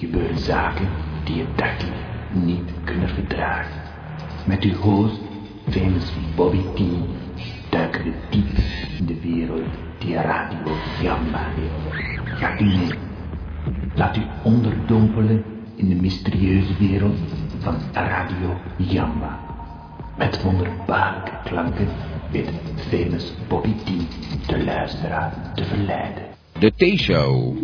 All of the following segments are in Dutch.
gebeuren zaken die je dagelijks niet kunnen verdragen. Met uw host, famous Bobby T, duiken we diep in de wereld die Radio Jamba heeft. Gaat u mee? Laat u onderdompelen in de mysterieuze wereld van Radio Jamba. Met wonderbaarlijke klanken weet famous Bobby T de luisteraar te verleiden. De T-show.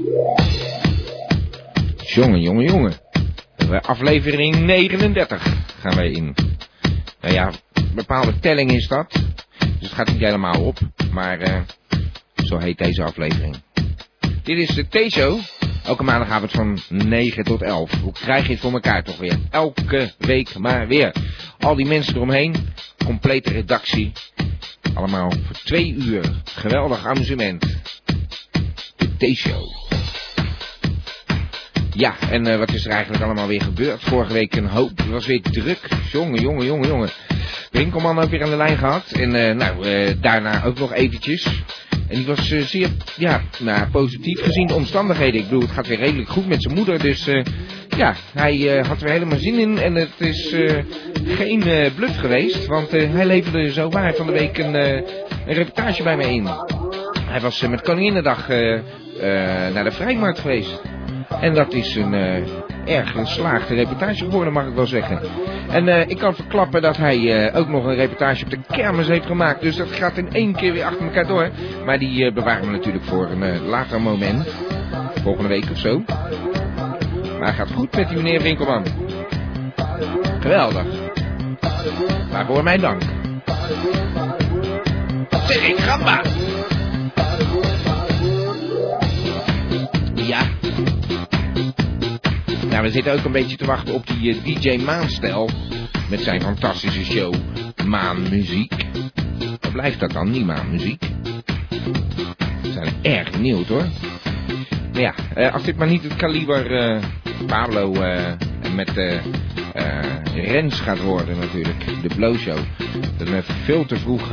Jongen. Aflevering 39 gaan wij in. Nou ja, bepaalde telling is dat. Dus het gaat niet helemaal op. Maar zo heet deze aflevering. Dit is de T-show. Elke maandagavond van 9 tot 11. Hoe krijg je het voor elkaar toch weer? Elke week maar weer. Al die mensen eromheen. Complete redactie. Allemaal voor 2 uur. Geweldig amusement. De T-show. Ja, en wat is er eigenlijk allemaal weer gebeurd? Vorige week een hoop. Het was weer druk. Jongen. Winkelman ook weer aan de lijn gehad. En daarna ook nog eventjes. En die was zeer, positief gezien de omstandigheden. Ik bedoel, het gaat weer redelijk goed met zijn moeder. Dus hij had er helemaal zin in. En het is geen bluff geweest. Want hij leverde zo waar van de week een reportage bij mij in. Hij was met Koninginnedag naar de Vrijmarkt geweest. En dat is een erg geslaagde reportage geworden, mag ik wel zeggen. En ik kan verklappen dat hij ook nog een reportage op de kermis heeft gemaakt. Dus dat gaat in 1 keer weer achter elkaar door. Maar die bewaren we natuurlijk voor een later moment. Volgende week of zo. Maar het gaat goed met die meneer Winkelman. Geweldig. Waarvoor mijn dank. Zeg ik, gamba! Ja. Nou, we zitten ook een beetje te wachten op die DJ Maanstel. Met zijn fantastische show Maanmuziek. Wat blijft dat dan, niet Maanmuziek? Ze zijn erg benieuwd hoor. Maar ja, als dit maar niet het kaliber Pablo met Rens gaat worden natuurlijk. De Blow Show. Een veel te vroeg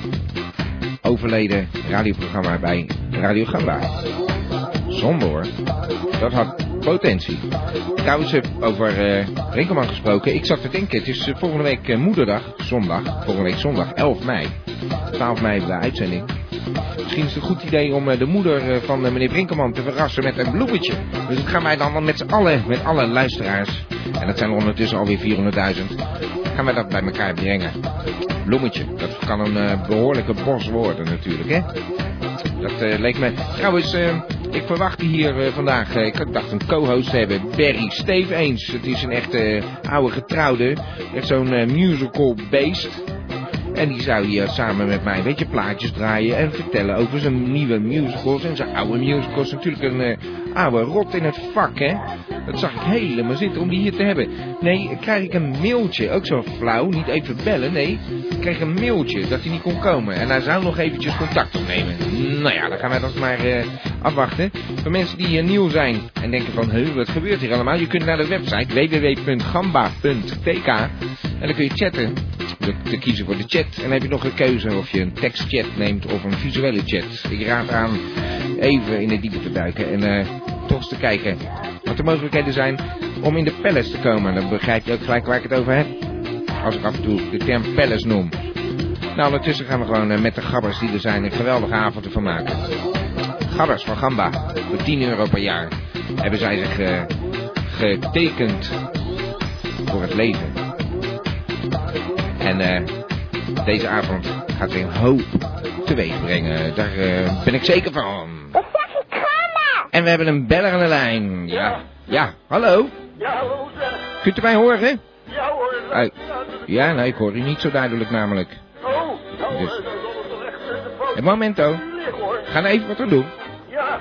overleden radioprogramma bij Radio Gamba. Zonde hoor. Dat had potentie. Trouwens, over Winkelman gesproken. Ik zat te denken, het is volgende week moederdag, zondag. Volgende week zondag, 11 mei. 12 mei de uitzending. Misschien is het een goed idee om de moeder van meneer Brinkelman te verrassen met een bloemetje. Dus dat gaan wij dan met z'n allen, met alle luisteraars. En dat zijn er ondertussen alweer 400.000. Gaan wij dat bij elkaar brengen. Bloemetje, dat kan een behoorlijke bos worden natuurlijk, hè. Dat leek me... Trouwens, ik verwachtte hier vandaag... ik dacht een co-host te hebben. Barry Steve eens. Het is een echte oude getrouwde. Echt zo'n musical beest. En die zou hier samen met mij, weet je, plaatjes draaien en vertellen over zijn nieuwe musicals en zijn oude musicals. Natuurlijk een oude rot in het vak, hè. Dat zag ik helemaal zitten om die hier te hebben. Nee, krijg ik een mailtje, ook zo flauw, niet even bellen, nee. Ik kreeg een mailtje dat hij niet kon komen en hij zou nog eventjes contact opnemen. Nou ja, dan gaan wij dat maar afwachten. Voor mensen die hier nieuw zijn en denken van, wat gebeurt hier allemaal? Je kunt naar de website www.gamba.tk en dan kun je chatten. Te kiezen voor de chat. En dan heb je nog een keuze of je een tekstchat neemt of een visuele chat. Ik raad aan even in de diepe te duiken en toch eens te kijken wat de mogelijkheden zijn om in de palace te komen. Dan begrijp je ook gelijk waar ik het over heb. Als ik af en toe de term palace noem. Nou, ondertussen gaan we gewoon met de gabbers die er zijn een geweldige avond ervan maken. Gabbers van Gamba. Voor 10 euro per jaar hebben zij zich getekend voor het leven. En deze avond gaat weer een hoop teweeg brengen. Daar ben ik zeker van. Dat zeg ik, Gamba! En we hebben een beller aan de lijn. Ja, hallo? Ja, hallo zeg. Kunt u mij horen? Ja hoor. Ja, nee, ik hoor u niet zo duidelijk namelijk. Oh, nou, Dus. dat is toch echt de foto. Een momento. Ga nou even wat aan doen. Ja.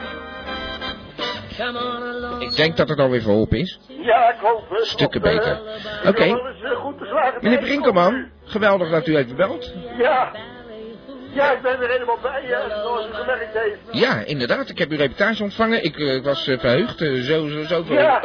Ik denk dat het alweer verholpen is. Ja, ik hoop het. Stukken beter. Oké. Meneer Brinkelman, geweldig dat u heeft gebeld. Ja. Ja, ik ben er helemaal bij, zoals u gemerkt heeft. Ja, inderdaad. Ik heb uw reportage ontvangen. Ik was verheugd. Zoveel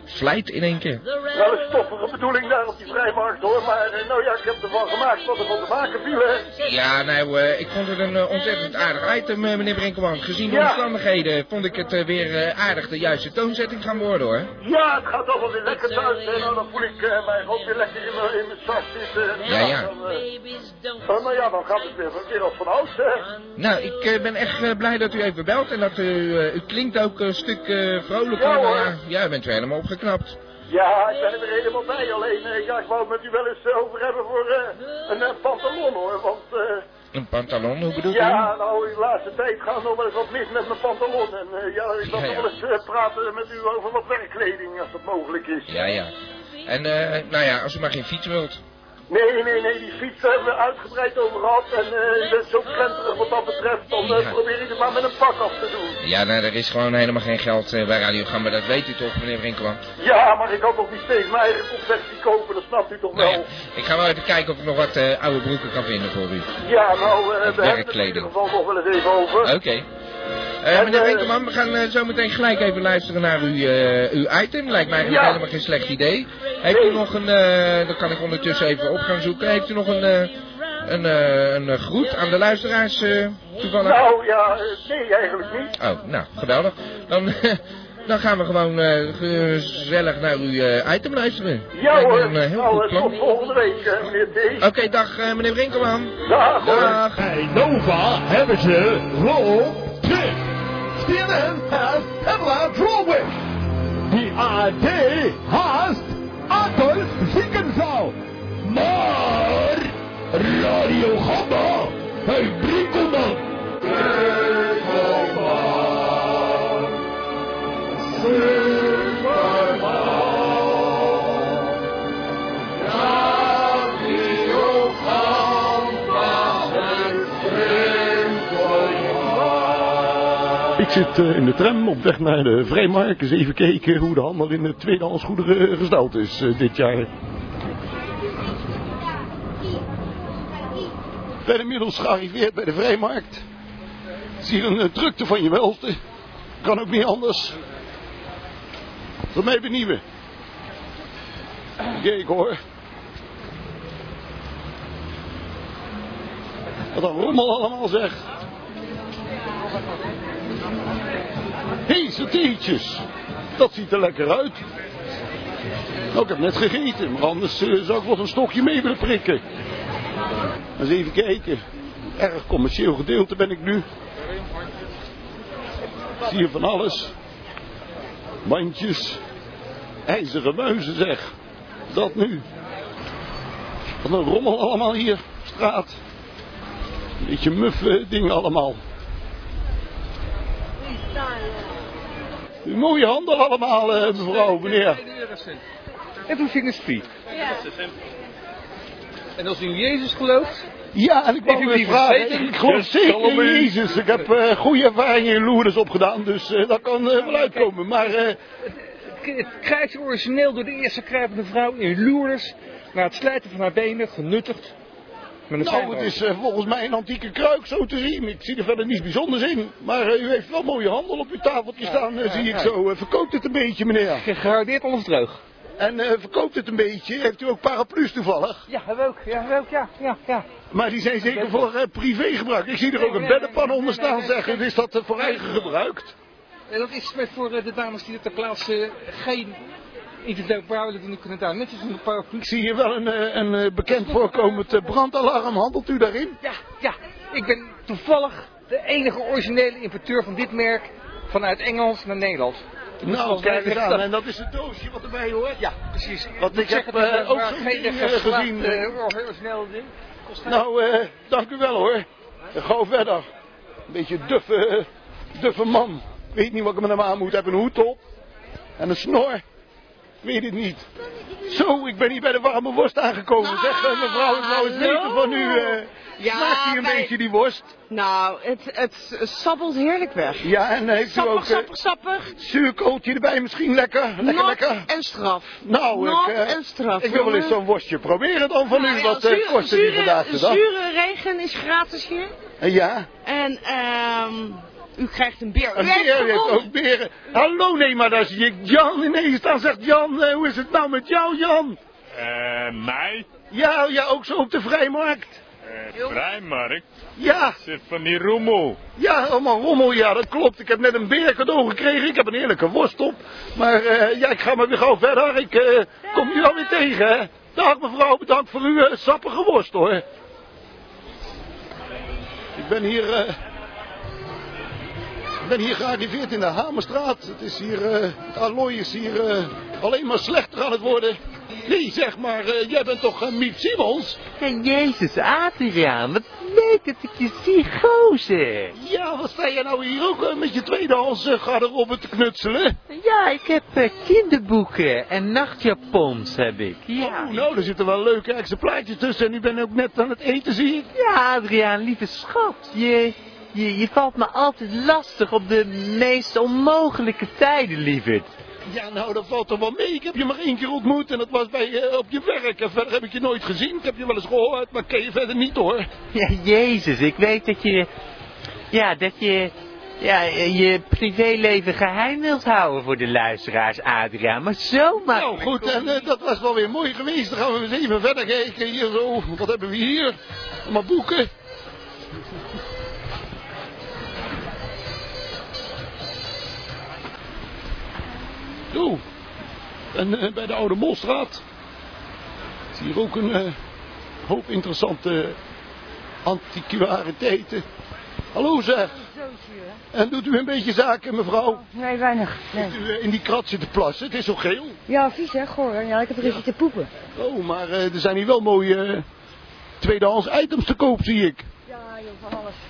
slijt in één keer. Wel een stoffige bedoeling daar op die vrijmarkt hoor, maar nou ja, ik heb ervan gemaakt wat er van te maken viel hè. Ja, nou, ik vond het een ontzettend aardig item, meneer Brinkelman. Gezien de Ja. omstandigheden vond ik het weer aardig de juiste toonzetting gaan worden hoor. Ja, het gaat allemaal weer lekker thuis hè, nou dan voel ik mij ook weer lekker in mijn zak zitten. Ja. Nou ja, dan gaat het weer als van ouds hè. Nou, ik ben echt blij dat u even belt en dat u klinkt ook een stuk vrolijker. Ja, hoor. Ja, u bent weer helemaal opgeknapt. Ja, ik ben er weer helemaal bij. Alleen, ja, ik wou het met u wel eens over hebben voor een pantalon hoor. Want, Een pantalon, hoe bedoelt u? ja, nou, de laatste tijd gaat nog wel eens wat mis met mijn pantalon. En ja, ik wil nog wel eens praten met u over wat werkkleding, als dat mogelijk is. Ja. En, nou ja, als u maar geen fiets wilt. Nee, die fiets hebben we uitgebreid over gehad. En ik ben zo krenterig wat dat betreft. Dan probeer ik het maar met een pak af te doen. Ja, nou, er is gewoon helemaal geen geld bij Radio Gamba, dat weet u toch, meneer Brinkelman? Ja, maar ik kan toch niet steeds mijn eigen confectie kopen, dat snapt u toch wel? Nou ja, ik ga wel even kijken of ik nog wat oude broeken kan vinden voor u. Ja, nou, we hebben het in werkkleding. ieder geval nog wel eens even over. Oké. Meneer Brinkelman, we gaan zo meteen gelijk even luisteren naar uw item. Lijkt mij eigenlijk helemaal geen slecht idee. Heeft u nog een, dan kan ik ondertussen even op gaan zoeken. Heeft u nog een groet aan de luisteraars toevallig? Nou ja, nee eigenlijk niet. Oh, nou, geweldig. Dan gaan we gewoon gezellig naar uw item luisteren. Ja hoor, een heel goed nou plan. tot volgende week meneer T. Oké, dag meneer Brinkelman. Dag hoor. Dag. Bij Nova hebben ze Roll Tip. CNN has Pamela Drolwich. Die AD haast Adolf Ziekenzaal. Maar Radio Gamba bij Brinkelman. Ik zit in de tram op weg naar de Vrijmarkt. Eens even kijken hoe de handel in de tweedehands goederen gesteld is dit jaar. Ik ben inmiddels gearriveerd bij de Vrijmarkt. Het is hier een drukte van je welste. Kan ook niet anders. Voor mij benieuwen. Kijk hoor. Wat een rommel allemaal zeg. Hé, satéetjes. Dat ziet er lekker uit. Nou, ik heb net gegeten, maar anders zou ik wel een stokje mee willen prikken. Eens even kijken. Erg commercieel gedeelte ben ik nu. Zie je van alles. Bandjes. IJzeren muizen zeg. Dat nu. Wat een rommel allemaal hier. Straat. Een beetje muffe dingen allemaal. Mooie handel allemaal, mevrouw, meneer. Everything is free. Ja. En als u in Jezus gelooft? Ja, en ik wou u vragen, ik geloof zeker in Jezus. Ik heb goede ervaringen in Lourdes opgedaan, dus dat kan wel uitkomen. Maar het krijgt origineel door de eerste kruipende vrouw in Lourdes na het slijten van haar benen genuttigd. Nou, het is volgens mij een antieke kruik zo te zien. Ik zie er verder niets bijzonders in. Maar u heeft wel mooie handel op uw tafeltje staan, zie ik zo. Verkoopt het een beetje, meneer? Gegarandeerd alles droog. En verkoopt het een beetje? Heeft u ook paraplu's toevallig? Ja, hebben we ook. Ja. Maar die zijn zeker voor privégebruik. Ik zie er ook een beddenpan onder staan zeggen. Is dat voor eigen gebruik? Dat is met voor de dames die er ter plaatse geen individueel bruilen doen kunnen daar. Net als een paraplu. Ik zie hier wel een bekend voorkomend brandalarm. Handelt u daarin? Ja. Ik ben toevallig de enige originele importeur van dit merk vanuit Engeland naar Nederland. Nou, kijk eens aan. En dat is het doosje wat erbij hoort? Ja, precies. Want ik heb ook zo'n ding gezien. Origineel ding. Nou, dank u wel hoor. Gauw verder. Een beetje duffe man. Ik weet niet wat ik met hem aan moet. Ik heb een hoed op. En een snor. Ik weet het niet. Zo, ik ben hier bij de warme worst aangekomen. Zeg mevrouw, ik wou eens weten van u. Smaakt hier een beetje die worst? Nou, het sappelt heerlijk weg. Ja, en heeft u ook sappig. zuurkooltje erbij misschien lekker? Lekker. En straf. Nou, ik wil wel eens zo'n worstje proberen dan van u. Wat kostte die vandaag de dag? Zure regen is gratis hier. Ja. En U krijgt een beer. Een beer heeft ook beren. Hallo, nee, maar daar zie ik Jan ineens staan. Zegt Jan, hoe is het nou met jou, Jan? Mij? Ja, ook zo op de Vrijmarkt. Vrijmarkt? Ja. Zit van die rommel. Ja, allemaal rommel, ja, dat klopt. Ik heb net een beer cadeau gekregen. Ik heb een heerlijke worst op. Maar ik ga maar weer gauw verder. Ik kom u alweer tegen, hè. Dag mevrouw, bedankt voor uw sappige worst, hoor. Ik ben hier gearriveerd in de Hamerstraat. Het is hier, het allooi is hier alleen maar slechter aan het worden. Nee, zeg maar, jij bent toch Miep Simons? Jezus, Adriaan, wat leuk dat ik je zie, gozer. Ja, wat sta jij nou hier ook met je tweedehands garderobe te knutselen? Ja, ik heb kinderboeken en nachtjapons heb ik, ja. Oh, nou, er zitten wel leuke exemplaartjes tussen en u bent ook net aan het eten, zie ik. Ja, Adriaan, lieve schat, je valt me altijd lastig op de meest onmogelijke tijden, lieverd. Ja, nou, dat valt toch wel mee. Ik heb je maar 1 keer ontmoet en dat was op je werk. En verder heb ik je nooit gezien. Ik heb je wel eens gehoord, maar ken je verder niet, hoor. Ja, Jezus, ik weet dat je je privéleven geheim wilt houden voor de luisteraars, Adriaan. Maar zo makkelijk. Nou, goed, en dat was wel weer mooi geweest. Dan gaan we eens even verder kijken. Hier zo, wat hebben we hier? Allemaal boeken. Zo, en bij de Oude Molstraat is hier ook een hoop interessante antiquariteiten. Hallo zeg. En doet u een beetje zaken, mevrouw? Nee, weinig. Nee. Heeft u in die krat zitten plassen? Het is zo geel. Ja, vies hè, goor. Ja, ik heb er eens zitten poepen. Oh, maar er zijn hier wel mooie tweedehands items te koop, zie ik. Ja, joh, van alles.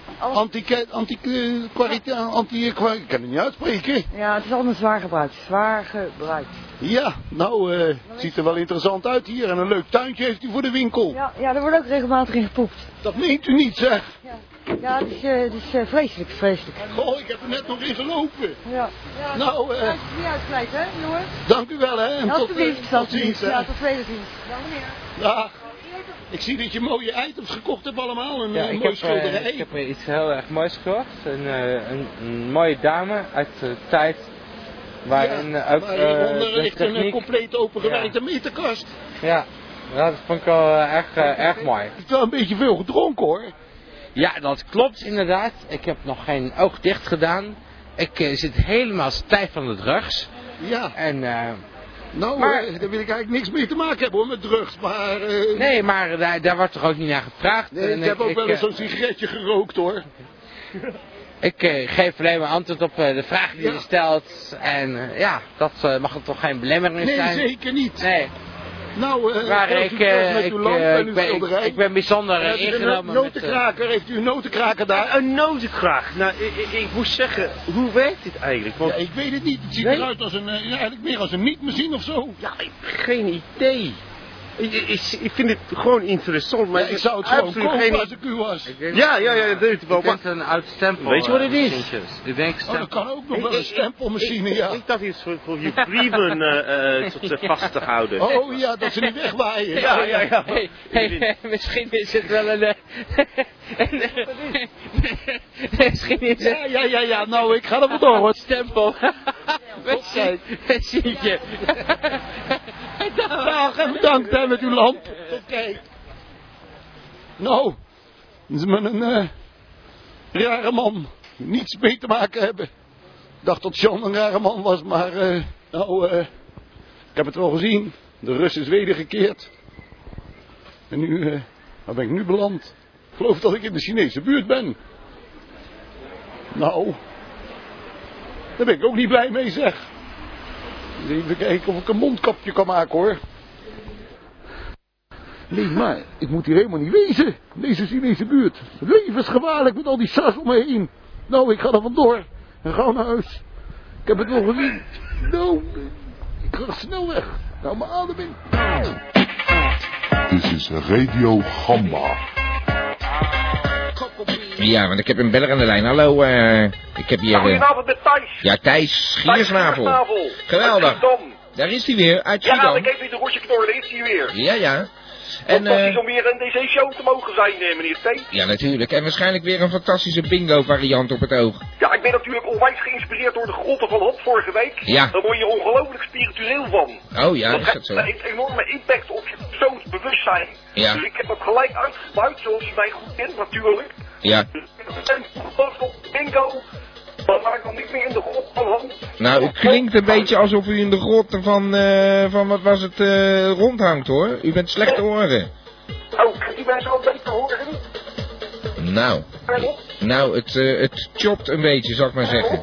Ik kan het niet uitspreken. Ja, het is allemaal zwaar gebruikt. Zwaar gebruikt. Ja, nou, het ziet er wel interessant uit hier. En een leuk tuintje heeft u voor de winkel. Ja, er wordt ook regelmatig in gepoept. Dat meent u niet, zeg. Ja, het is vreselijk, vreselijk. Oh, ik heb er net nog in gelopen. Ja. Nou, het is niet uitgeleid, hè, jongen? Dank u wel, hè. En alsjeblieft, tot ziens, hè. Ja, tot wederziens. Dag meneer. Dag. Ik zie dat je mooie items gekocht hebt allemaal. Een mooie schilderij. Ik heb iets heel erg moois gekocht. Een mooie dame uit de tijd waarin ook hieronder ligt een compleet opengewerkte meterkast. Ja, dat vond ik wel erg mooi. Je hebt wel een beetje veel gedronken, hoor. Ja, dat klopt inderdaad. Ik heb nog geen oog dicht gedaan. Ik zit helemaal stijf van de drugs. Ja. En... nou, daar wil ik eigenlijk niks mee te maken hebben, hoor, met drugs, maar... Nee, maar daar wordt toch ook niet naar gevraagd? Nee, ik heb ook wel eens zo'n sigaretje gerookt, hoor. Ik geef alleen maar antwoord op de vraag die je stelt. En dat mag er toch geen belemmering zijn? Nee, zeker niet. Nee. Nou, maar ik ben bijzonder ingenomen notenkraker, heeft u een notenkraker daar? Een notenkraker? Nou, ik moest zeggen, hoe werkt dit eigenlijk? Want... Ja, ik weet het niet. Het ziet eruit als eigenlijk meer als een nietmachine of zo. Ja, ik heb geen idee. Ik vind het gewoon interessant, maar ik zou het gewoon kopen als ik u was. Ja, dat doet het wel. Ik denk een oud stempel. Weet je wat het is? Ik denk stempel. Dat kan ook nog wel een stempelmachine, ja. Ik dacht iets voor je brieven vast te houden. Oh ja, dat ze niet wegwaaien. Ja. Hey, misschien is het wel een misschien is het... Ja, nou ik ga er vandoor, hoor. Stempel. Messietje. Dag en bedankt hè, met uw lamp. Tot kijk. Nou, dat is met een rare man. Niets mee te maken hebben. Ik dacht dat John een rare man was, maar ik heb het wel gezien. De Rus is wedergekeerd. En nu, waar ben ik nu beland? Ik geloof dat ik in de Chinese buurt ben. Nou, daar ben ik ook niet blij mee, zeg. Even kijken of ik een mondkapje kan maken, hoor. Nee, maar ik moet hier helemaal niet wezen. Deze Chinese buurt. Levensgevaarlijk met al die sas om me heen. Nou, ik ga er vandoor. En gauw naar huis. Ik heb het wel gezien. Nou, ik ga snel weg. Nou, mijn adem in. Dit is Radio Gamba. Ja, want ik heb een beller aan de lijn. Hallo, ik heb hier... Goedenavond met Thijs. Ja, Thijs Giersnavel. Geweldig. Daar is hij weer, uit Schiedam. Ja, ik heb niet de rotje knorren, daar is hij weer. Ja. En, fantastisch om weer in deze show te mogen zijn, meneer T. ja, natuurlijk. En waarschijnlijk weer een fantastische bingo variant op het oog. Ja, ik ben natuurlijk onwijs geïnspireerd door de grotten van Hop vorige week. Ja. Daar word je ongelooflijk spiritueel van. Oh ja, is dat zo? Dat heeft een enorme impact op je persoonsbewustzijn. Ja. Dus ik heb dat gelijk uitgebuit, zoals je mij goed kent natuurlijk. Ja. En op bingo, dan maak ik dan niet meer in de grot van Hop. Nou, het klinkt een beetje alsof u in de grot van wat was het, rondhangt hoor. U bent slecht te horen. Oh, kan die mensen al beter horen? Nou, het chopt een beetje, zal ik maar zeggen.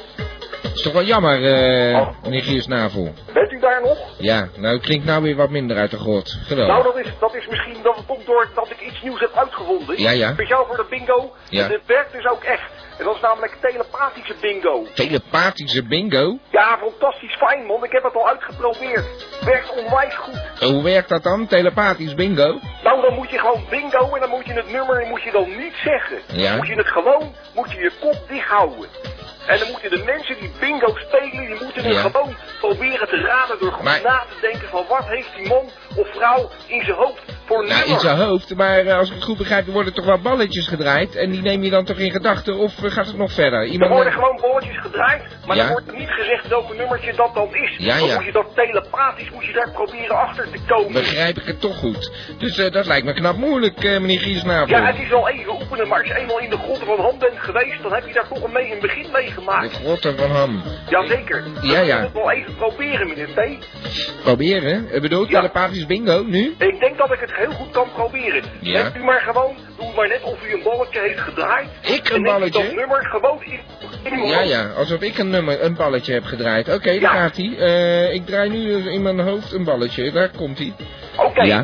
Is toch wel jammer, meneer Giersnavel. Bent u daar nog? Ja, nou, het klinkt nou weer wat minder uit de grot. Geweldig. Nou, dat is misschien, dat komt door dat ik iets nieuws heb uitgevonden. Ja. Speciaal voor de bingo. Ja. En het werkt dus ook echt. En dat is namelijk telepathische bingo. Telepathische bingo? Ja, fantastisch fijn, man. Ik heb het al uitgeprobeerd. Werkt onwijs goed. Hoe werkt dat dan, telepathisch bingo? Nou, dan moet je gewoon bingo en dan moet je het nummer moet je dan niet zeggen. Ja. Moet je het gewoon, moet je je kop dicht houden. En dan moeten de mensen die bingo spelen, die moeten het gewoon proberen te raden door goed na te denken van wat heeft die man of vrouw in zijn hoofd voor een nummer. In zijn hoofd, maar als ik het goed begrijp, er worden toch wel balletjes gedraaid en die neem je dan toch in gedachten of gaat het nog verder? Er worden gewoon balletjes gedraaid, maar dan wordt er niet gezegd welk nummertje dat dan is. Dan moet je dat telepathisch, moet je daar proberen achter te komen. Begrijp ik het toch goed. Dus dat lijkt me knap moeilijk, meneer Giersnavel. Ja, het is wel even oefenen, maar als je eenmaal in de grotten van Ham bent geweest, dan heb je daar toch een begin mee gemaakt. De grotten van Ham. Jazeker. Ja. Je moet het wel even proberen, meneer T. Proberen? Bedoel, telepathisch bingo, nu? Ik denk dat ik het heel goed kan proberen. Ja. Doe maar net of u een balletje heeft gedraaid. Ik een balletje? En dat nummer gewoon in Ja, alsof ik een balletje heb gedraaid. Oké, daar gaat hij. Ik draai nu in mijn hoofd een balletje. Daar komt hij. Oké. Ja.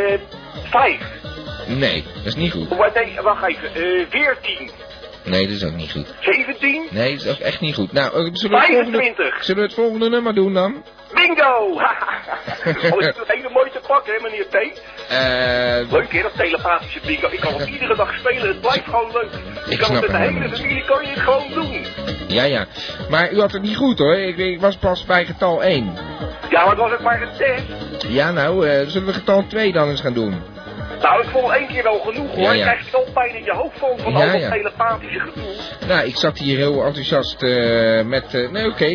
5. Nee, dat is niet goed. Nee, wacht even. 14. Nee, dat is ook niet goed. 17? Nee, dat is ook echt niet goed. Nou, zullen we het volgende nummer doen dan? Bingo! Dat is het hele mooi te pakken, hè, meneer T? Leuk, hè, dat telepathische bingo. Ik kan het iedere dag spelen, het blijft gewoon leuk. Je kan het met de hele familie kan je het gewoon doen. Ja. Maar u had het niet goed, hoor. Ik was pas bij getal 1. Ja, maar het was ook maar een test. Ja, nou, zullen we getal 2 dan eens gaan doen? Nou, ik vond 1 keer wel genoeg, hoor. Je krijgt wel pijn in je hoofd van al dat telepathische gevoel. Nou, ik zat hier heel enthousiast met...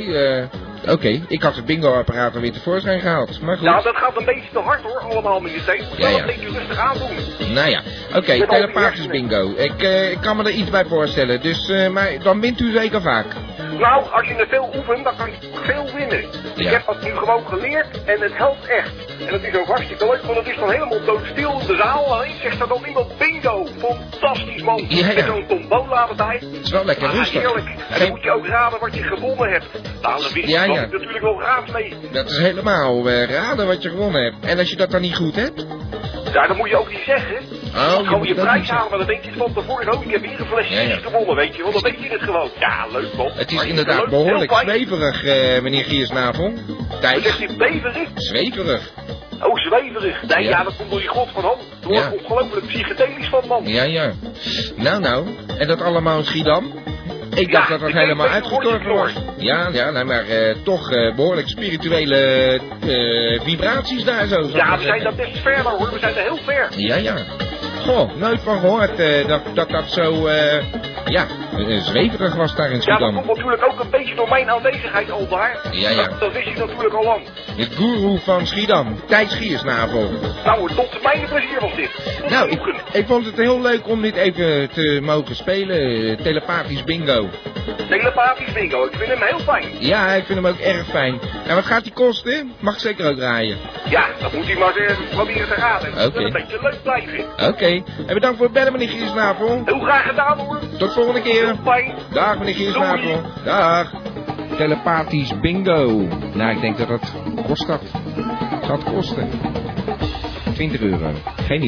Oké, ik had het bingo-apparaat alweer tevoorschijn gehaald. Maar goed. Ja, dat gaat een beetje te hard, hoor, allemaal, meneer T. Moet je wel een beetje rustig aandoen. Nou ja, oké, telepathisch bingo. Ik kan me er iets bij voorstellen. Dus, maar dan wint u zeker vaak. Nou, als je er veel oefent, dan kan je veel winnen. Ja. Ik heb dat nu gewoon geleerd en het helpt echt. En het is ook hartstikke leuk, want het is dan helemaal doodstil in de zaal. Alleen zegt er dan iemand bingo. Fantastisch, man. Met zo'n tombola erbij. Het is wel lekker rustig. Heerlijk. En dan moet je ook raden wat je gewonnen hebt. Nou, dan wist je natuurlijk wel raad mee. Dat is helemaal raden wat je gewonnen hebt. En als je dat dan niet goed hebt? Ja, dat moet je ook niet zeggen. Gewoon je prijs halen, maar dan denk je van tevoren, ik heb hier een flesje gewonnen, weet je wel. Dan weet je het gewoon. Ja, leuk, man. Het is inderdaad behoorlijk zweverig, meneer Giersnavel. Wat zegt u, beverig? Zweverig. Oh, zweverig. Nee, ja, dat komt door die god van Ham. Er wordt ongelooflijk psychedelisch van, man. Ja. Nou. En dat allemaal in Schiedam? Ik dacht dat dat helemaal uitgestorven was. Ja, nee, maar toch behoorlijk spirituele vibraties daar zo. Ja, we zijn dat best ver dan, hoor. We zijn er heel ver. Ja. Goh, nooit van gehoord dat zo, zweverig was daar in Schiedam. Ja, dat komt natuurlijk ook een beetje door mijn aanwezigheid al daar. Ja. Dat wist ik natuurlijk al lang. De goeroe van Schiedam, Thijs Giersnavel. Nou, tot mijn plezier was dit. Nou, ik vond het heel leuk om dit even te mogen spelen. Telepathisch bingo. Telepathisch bingo, ik vind hem heel fijn. Ja, ik vind hem ook erg fijn. En wat gaat die kosten? Mag ik zeker ook draaien? Ja, dat moet u maar proberen te raden. Dat Oké. een beetje leuk blijven. Oké. En bedankt voor het bellen, meneer Giersnavel. Heel graag gedaan, hoor. Tot volgende keer. Heel fijn. Dag, meneer Giersnavel. Dag. Telepathisch bingo. Nou, ik denk dat het gaat kosten. 20 euro. Geen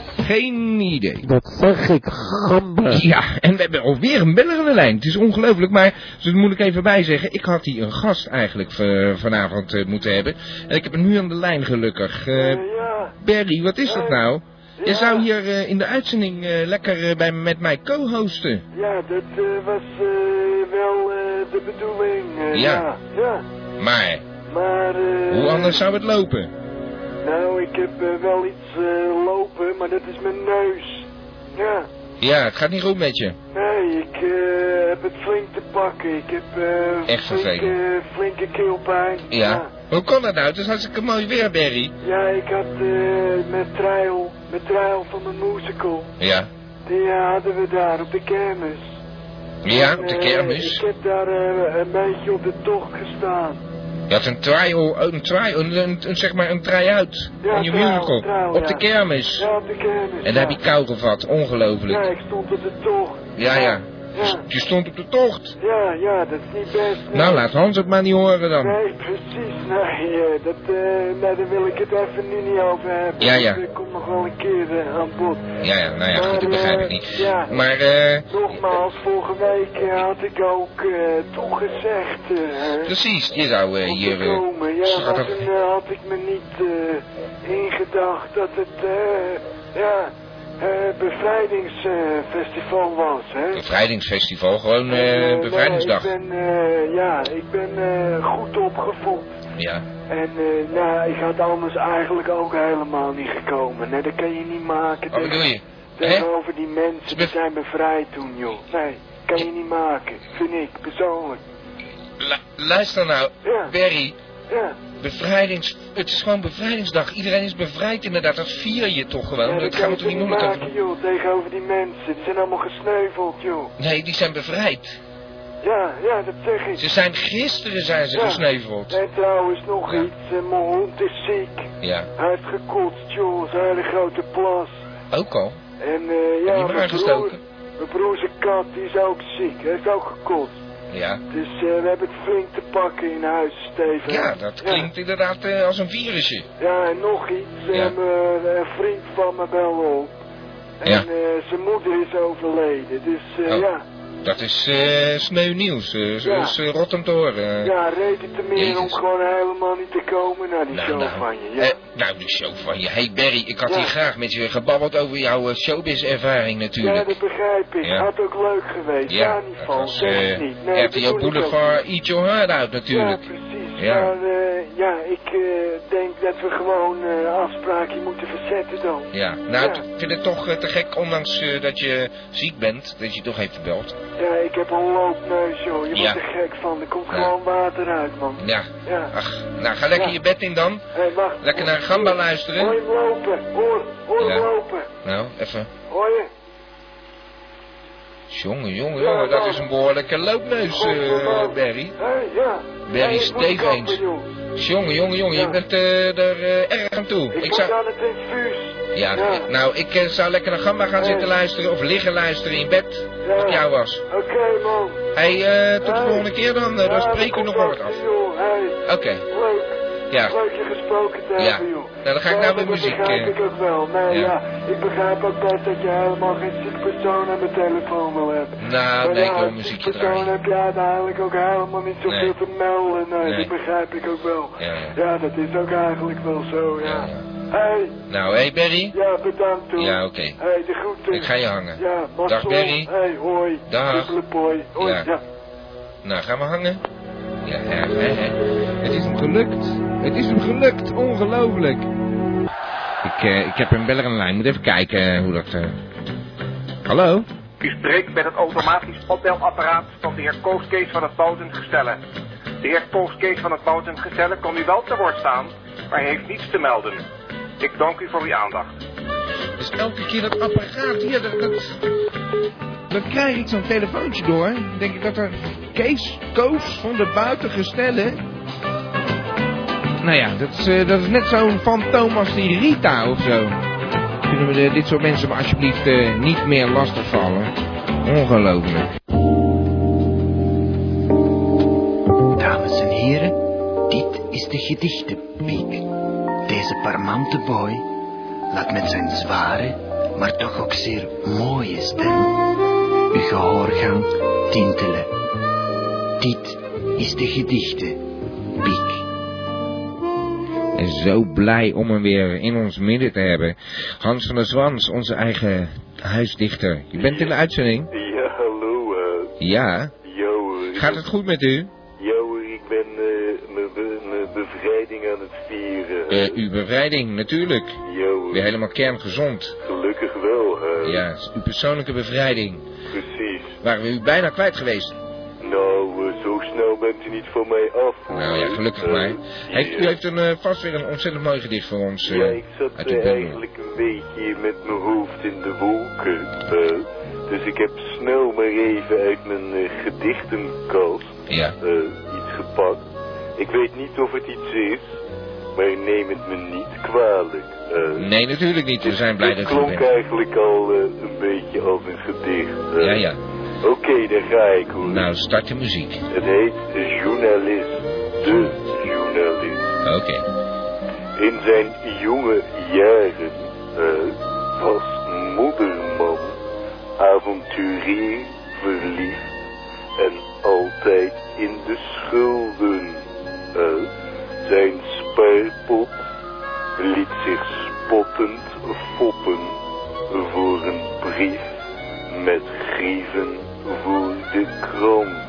idee. Dat zeg ik, gamba. Ja, en we hebben alweer een beller aan de lijn. Het is ongelooflijk, maar dat moet ik even bijzeggen. Ik had hier een gast eigenlijk vanavond moeten hebben. En ik heb hem nu aan de lijn gelukkig. Barry, wat is dat nou? Je zou hier in de uitzending lekker met mij co-hosten. Ja, dat was wel de bedoeling. Ja. Maar hoe anders zou het lopen? Nou, ik heb wel iets lopen, maar dat is mijn neus. Ja. Ja, het gaat niet goed met je. Nee, ik heb het flink te pakken. Ik heb echt vervelend. Flinke keelpijn. Ja. Hoe kon dat nou? Het is hartstikke mooi weer, Barry. Ja, ik had met trial van mijn musical. Ja. Die hadden we daar op de kermis. Ja, op de kermis. Ik heb daar een beetje op de tocht gestaan. Je had een zeg maar een try-out van je musical. Op de kermis. Ja, op de kermis. En daar heb je kou gevat, ongelooflijk. Ja, ik stond op de tocht. Ja. Je stond op de tocht. Ja, dat is niet best. Nee. Nou, laat Hans het maar niet horen dan. Nee, precies. Nee, daar wil ik het even nu niet over hebben. Ja. Dat komt nog wel een keer aan bod. Ja, nou ja, goed, dat begrijp ik niet. Ja. Maar, nogmaals, vorige week had ik ook toch gezegd... precies, je zou hier... komen. Ja, maar toen had ik me niet ingedacht dat het... bevrijdingsfestival was, hè? Bevrijdingsfestival, gewoon bevrijdingsdag. Ik ben goed opgevoed. Ja. En ik had anders eigenlijk ook helemaal niet gekomen. Nee, dat kan je niet maken. Wat bedoel je? Tegenover die mensen die zijn bevrijd toen, joh. Nee, kan je niet maken, vind ik, persoonlijk. Luister nou, Barry. Ja. Het is gewoon bevrijdingsdag. Iedereen is bevrijd inderdaad. Dat vier je toch gewoon. Ja, dat gaan we toch niet moeilijk over. Joh, tegenover die mensen. Die zijn allemaal gesneuveld, joh. Nee, die zijn bevrijd. Ja, dat zeg ik. Gisteren zijn ze gesneuveld. En trouwens nog iets. Mijn hond is ziek. Ja. Hij heeft gekotst, joh. Zijn hele grote plas. Ook al? En mijn broer zijn kat, die is ook ziek. Hij heeft ook gekotst. Ja. Dus we hebben het flink te pakken in huis, Steven. Ja, dat klinkt inderdaad als een virusje. Ja, en nog iets. Een vriend van me belde op. En zijn moeder is overleden. Dus ja. Dat is sneu nieuws. Is rot om te horen. Ja, reden te meer om gewoon helemaal niet te komen naar die show van je. Ja. Die show van je. Hey Barry, ik had hier graag met je gebabbeld over jouw showbiz-ervaring natuurlijk. Ja, dat begrijp ik. Ja. Had ook leuk geweest. Ja, niet van. Zeg niet. Nee, RTL Boulevard, Eat Your Heart Out natuurlijk. Ja, precies. Ja. Maar ik denk dat we gewoon afspraken moeten verzetten dan. Ja, nou, ik vind het toch te gek, ondanks dat je ziek bent, dat je toch even belt. Ja, ik heb een loopneus, joh. Je wordt er gek van. Er komt gewoon water uit, man. Ja. Ach, nou, ga lekker je bed in dan. Hey, wacht. Lekker naar Gamba luisteren. Hoor je hem lopen? Hoor hem lopen? Nou, even. Hoor je? Jongen, dat is een behoorlijke loopneus, Barry. Barry Stevens. Jongen, je bent er erg aan toe. Ik zou aan het infuus. Ja, nou, ik zou lekker naar Gamba gaan zitten luisteren of liggen luisteren in bed. Als het jou was. Oké, man. Hey, tot de volgende keer dan spreken we nog wel wat af. Oké. Leuk. Ja. Leuk je gesproken te hebben, joh. Nou, dan ga ik nou met muziek. Dat begrijp ik ook wel. Nee, ik begrijp ook best dat je helemaal geen ziek persoon aan mijn telefoon wil hebben. Nou, nee, ik wil muziekje draaien. persoon heb je uiteindelijk ook helemaal niet zoveel te melden. Nee, dat begrijp ik ook wel. Ja, dat is ook eigenlijk wel zo, ja. Hey. Nou, hey Barry. Ja, bedankt hoor. Ja, oké. Hey, de groeten. Ik ga je hangen. Ja, dag Barry. Hey, hoi. Dag. Hoi. Ja. Nou, gaan we hangen? Ja. Het is hem gelukt. Ongelooflijk. Ik heb een beller aan de lijn. Moet even kijken hoe dat... Hallo? U spreekt met het automatisch opbelapparaat van de heer Koos Kees van het Boutengestelle. De heer Koos Kees van het Boutengestelle kon u wel te woord staan, maar hij heeft niets te melden. Ik dank u voor uw aandacht. Dus elke keer dat apparaat hier, dan krijg ik zo'n telefoontje door. Dan denk ik dat er Koos van de Buitengestelle... Nou ja, dat is net zo'n fantoom als die Rita of zo. Kunnen we dit soort mensen maar alsjeblieft niet meer lastigvallen? Ongelooflijk. Dames en heren, dit is de gedichtenpiek. Deze parmante boy laat met zijn zware, maar toch ook zeer mooie stem uw gehoor gaan tintelen. Dit is de gedichtenpiek. En zo blij om hem weer in ons midden te hebben. Hans van der Zwans, onze eigen huisdichter. Je bent in de uitzending? Ja, hallo. Ja? Jo, gaat het goed met u? Jo, ik ben mijn bevrijding aan het vieren. vieren? Uw bevrijding, natuurlijk. Jo. Weer helemaal kerngezond. Gelukkig wel, hè? Ja, uw persoonlijke bevrijding. Precies. Waren we u bijna kwijt geweest? Nou, zo snel bent u niet van mij af. Nou ja, gelukkig maar. U heeft vast weer een ontzettend mooi gedicht voor ons. Ja, ik zat eigenlijk een beetje met mijn hoofd in de wolken. Dus ik heb snel maar even uit mijn gedichtenkast iets gepakt. Ik weet niet of het iets is, maar neem het me niet kwalijk. Nee, natuurlijk niet. We zijn blij dat u het klonk eigenlijk al een beetje als een gedicht. Ja. Oké, daar ga ik hoor. Nou, start de muziek. Het heet Journalist. De Journalist. Oké. In zijn jonge jaren was moederman avonturier, verliefd en altijd in de schulden. Zijn spaarpot liet zich spottend foppen voor een brief met grieven voor de krant.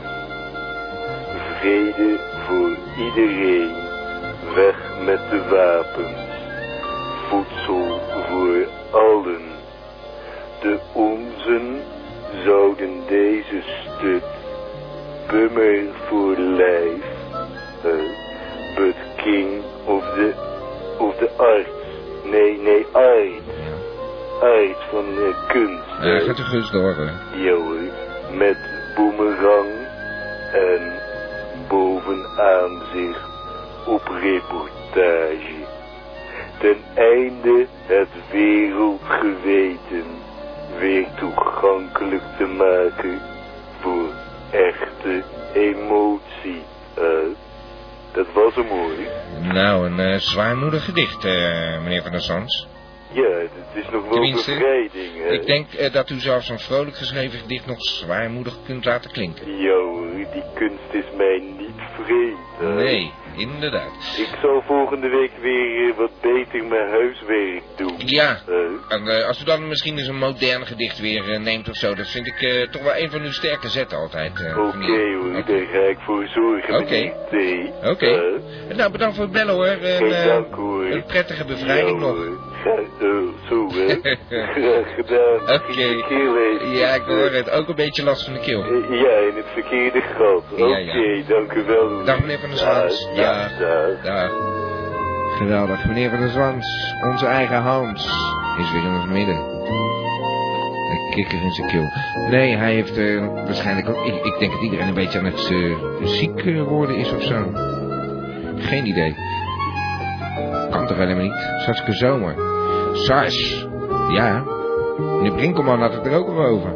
Vrede voor iedereen, weg met de wapens, voedsel voor allen. De onzen zouden deze stut, bummer voor lijf, but king of de arts, nee, arts van kunst. Ja, gaat de gunst door, hè? Ja hoor, met boemerang en bovenaan zich op reportage. Ten einde het wereldgeweten weer toegankelijk te maken voor echte emotie. Dat was hem mooi. Nou, een zwaarmoedig gedicht, meneer Van der Sans. Ja, het is nog wel bevrijding, hè? Ik denk dat u zelfs een vrolijk geschreven gedicht nog zwaarmoedig kunt laten klinken. Jo, die kunst is mij niet vreemd. Nee, inderdaad. Ik zal volgende week weer wat beter mijn huiswerk doen. Ja, en als u dan misschien eens een modern gedicht weer neemt of zo, dat vind ik toch wel een van uw sterke zetten altijd. Oké hoor, daar ga ik voor zorgen. Oké. Nou, bedankt voor het bellen hoor. Dank hoor. Een prettige bevrijding nog. Zo hè. Graag gedaan. Oké. Ja, ik hoor het. Ook een beetje last van de keel. Ja, in het verkeerde gat. Oké, dank u wel. Dag meneer Van der Zwans. Dag. Geweldig. Meneer Van der Zwans, onze eigen Hans, is weer in het midden. Een kikker in zijn keel. Nee, hij heeft waarschijnlijk ook... Ik denk dat iedereen een beetje aan het ziek worden is of zo. Geen idee. Kan toch helemaal niet? Hartstikke zomer. SARS. Ja. Meneer Brinkelman had het er ook al over.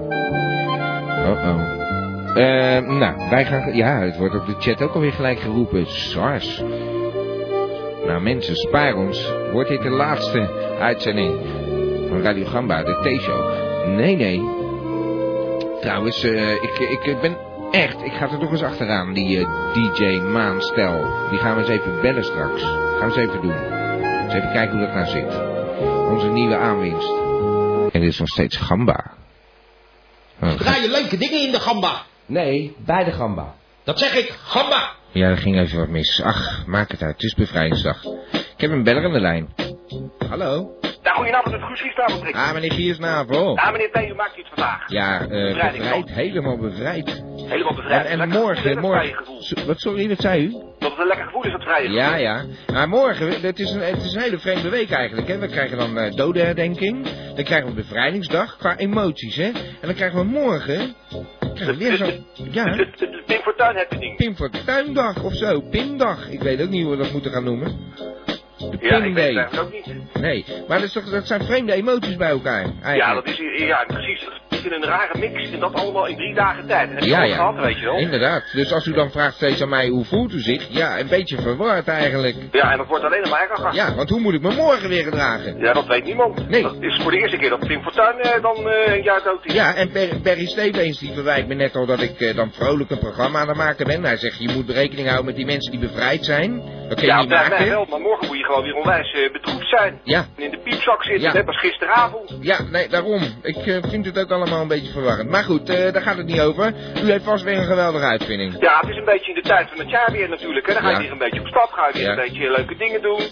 Nou, wij gaan... Ja, het wordt op de chat ook alweer gelijk geroepen. SARS. Nou mensen, spaar ons. Wordt dit de laatste uitzending van Radio Gamba, de T-show? Nee. Trouwens, ik ben echt... Ik ga er nog eens achteraan, die DJ Maanstel. Die gaan we eens even bellen straks. Gaan we eens even doen. Eens even kijken hoe dat nou zit. Onze nieuwe aanwinst. En dit is nog steeds Gamba. Draai je leuke dingen in de Gamba? Nee, bij de Gamba. Dat zeg ik, Gamba. Ja, er ging even wat mis. Ach, maak het uit. Het is bevrijdingsdag. Ik heb een beller aan de lijn. Hallo? Ja, goedenavond, het Guus Giersnavel. Meneer Giersnavel. Ja, meneer Theo maakt iets vandaag. Ja, bevrijd. Helemaal bevrijd. Helemaal bevrijd. En morgen... Wat, sorry, wat zei u? Dat het een lekker gevoel is, dat vrije gevoel. Ja. Maar morgen, het is een hele vreemde week eigenlijk, hè. We krijgen dan dodenherdenking. Dan krijgen we bevrijdingsdag, qua emoties, hè. En dan krijgen we morgen... weer zo... Ja. De Pim Fortuyn happening. Pim Fortuyndag of zo. Pimdag. Ik weet ook niet hoe we dat moeten gaan noemen. De ja, ik weet het eigenlijk ook niet. Nee, maar dat zijn vreemde emoties bij elkaar. Eigenlijk. Ja, dat is, ja, precies. Het is een rare mix en dat allemaal in 3 dagen tijd. En dat heb je gehad, weet je wel. Inderdaad. Dus als u dan vraagt steeds aan mij, hoe voelt u zich? Ja, een beetje verward eigenlijk. Ja, en dat wordt alleen maar erger. Ja, want hoe moet ik me morgen weer gedragen? Ja, dat weet niemand. Nee. Dat is voor de eerste keer dat Pim Fortuyn dan een jaar dood is. Ja, en Barry Stevens die verwijt me net al dat ik dan vrolijk een programma aan het maken ben. Hij zegt, je moet rekening houden met die mensen die bevrijd zijn. Dat kun je niet maken. Ja, wel, maar morgen moet je gewoon weer onwijs bedroefd zijn. Ja. En in de piepzak zitten, net als gisteravond. Ja, nee, daarom. Ik vind het ook allemaal een beetje verwarrend. Maar goed, daar gaat het niet over. U heeft vast weer een geweldige uitvinding. Ja, het is een beetje in de tijd van het jaar weer natuurlijk. Hè. Dan ga je weer een beetje op stap, ga je weer een beetje leuke dingen doen.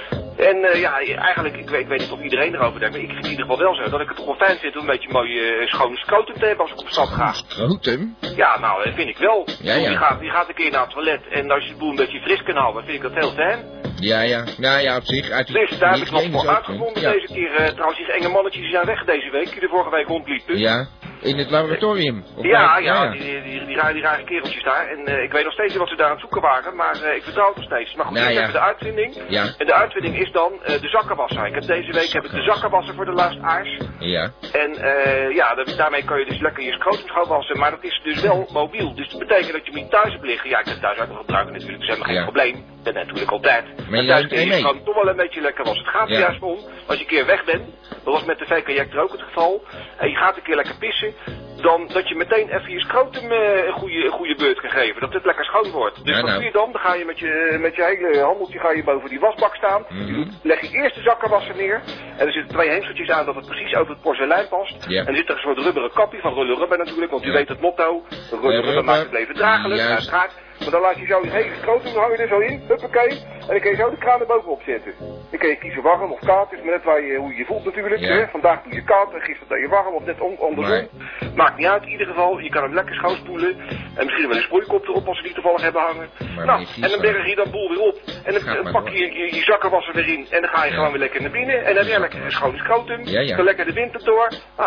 En eigenlijk, ik weet niet of iedereen erover denkt, maar ik vind in ieder geval wel zo dat ik het toch wel fijn vind om een beetje mooi schoon scrotum te hebben als ik op stap ga. Scrotum? Ja, nou, dat vind ik wel. Ja. Je gaat een keer naar het toilet en als je de boel een beetje fris kan houden, vind ik dat heel fijn. Ja. Nou ja, op zich. Dus daar heb ik nog voor uitgevonden deze keer. Trouwens, die enge mannetjes zijn weg deze week, die de vorige week rondliepen. Ja, in het laboratorium. Ja. Die rare kereltjes daar. En ik weet nog steeds niet wat ze daar aan het zoeken waren, maar ik vertrouw het nog steeds. Maar goed, ik heb de uitvinding. Ja. En de uitvinding is dan de zakkenwasser. Deze week heb ik de zakkenwasser voor de luisteraars. Ja. En daarmee kan je dus lekker je scrotum schoonwassen, maar dat is dus wel mobiel. Dus dat betekent dat je hem niet thuis hebt liggen. Ja, ik heb thuis ook nog gebruiken natuurlijk, dus dat is helemaal geen probleem. Dat natuurlijk altijd. Maar thuis kun je gewoon toch wel een beetje lekker wassen. Het gaat er juist om, als je een keer weg bent, dat was met de VK-Jector ook het geval, en je gaat een keer lekker pissen, dan dat je meteen even je scrotum een goede beurt kan geven. Dat het lekker schoon wordt. Dus wat doe je dan? Dan ga je met je hele handeltje ga je boven die wasbak staan. Leg je eerst de zakkenwasser neer. En er zitten 2 hengseltjes aan dat het precies over het porselein past. En er zit er een soort rubberen kapje van Rulle Rubber natuurlijk. Want u weet het motto. Rulle Rubber maakt het leven draaglijk. Uiteraard. Maar dan laat je zo je hele scrotum hangen er zo in. Huppakee. En dan kun je zo de kraan er bovenop zetten. Dan kun je kiezen warm of koud. Het is maar net hoe je je voelt natuurlijk. Ja. Vandaag doe je koud en gisteren doe je warm of net andersom. Maakt niet uit in ieder geval. Je kan hem lekker schoonspoelen. En misschien wel een sproeikop erop als ze die toevallig hebben hangen. En dan berg je dat boel weer op. En dan pak je je zakkenwasser weer in. En dan ga je gewoon weer lekker naar binnen. En dan heb je lekker een schoon scrotum. Dan lekker de winter door.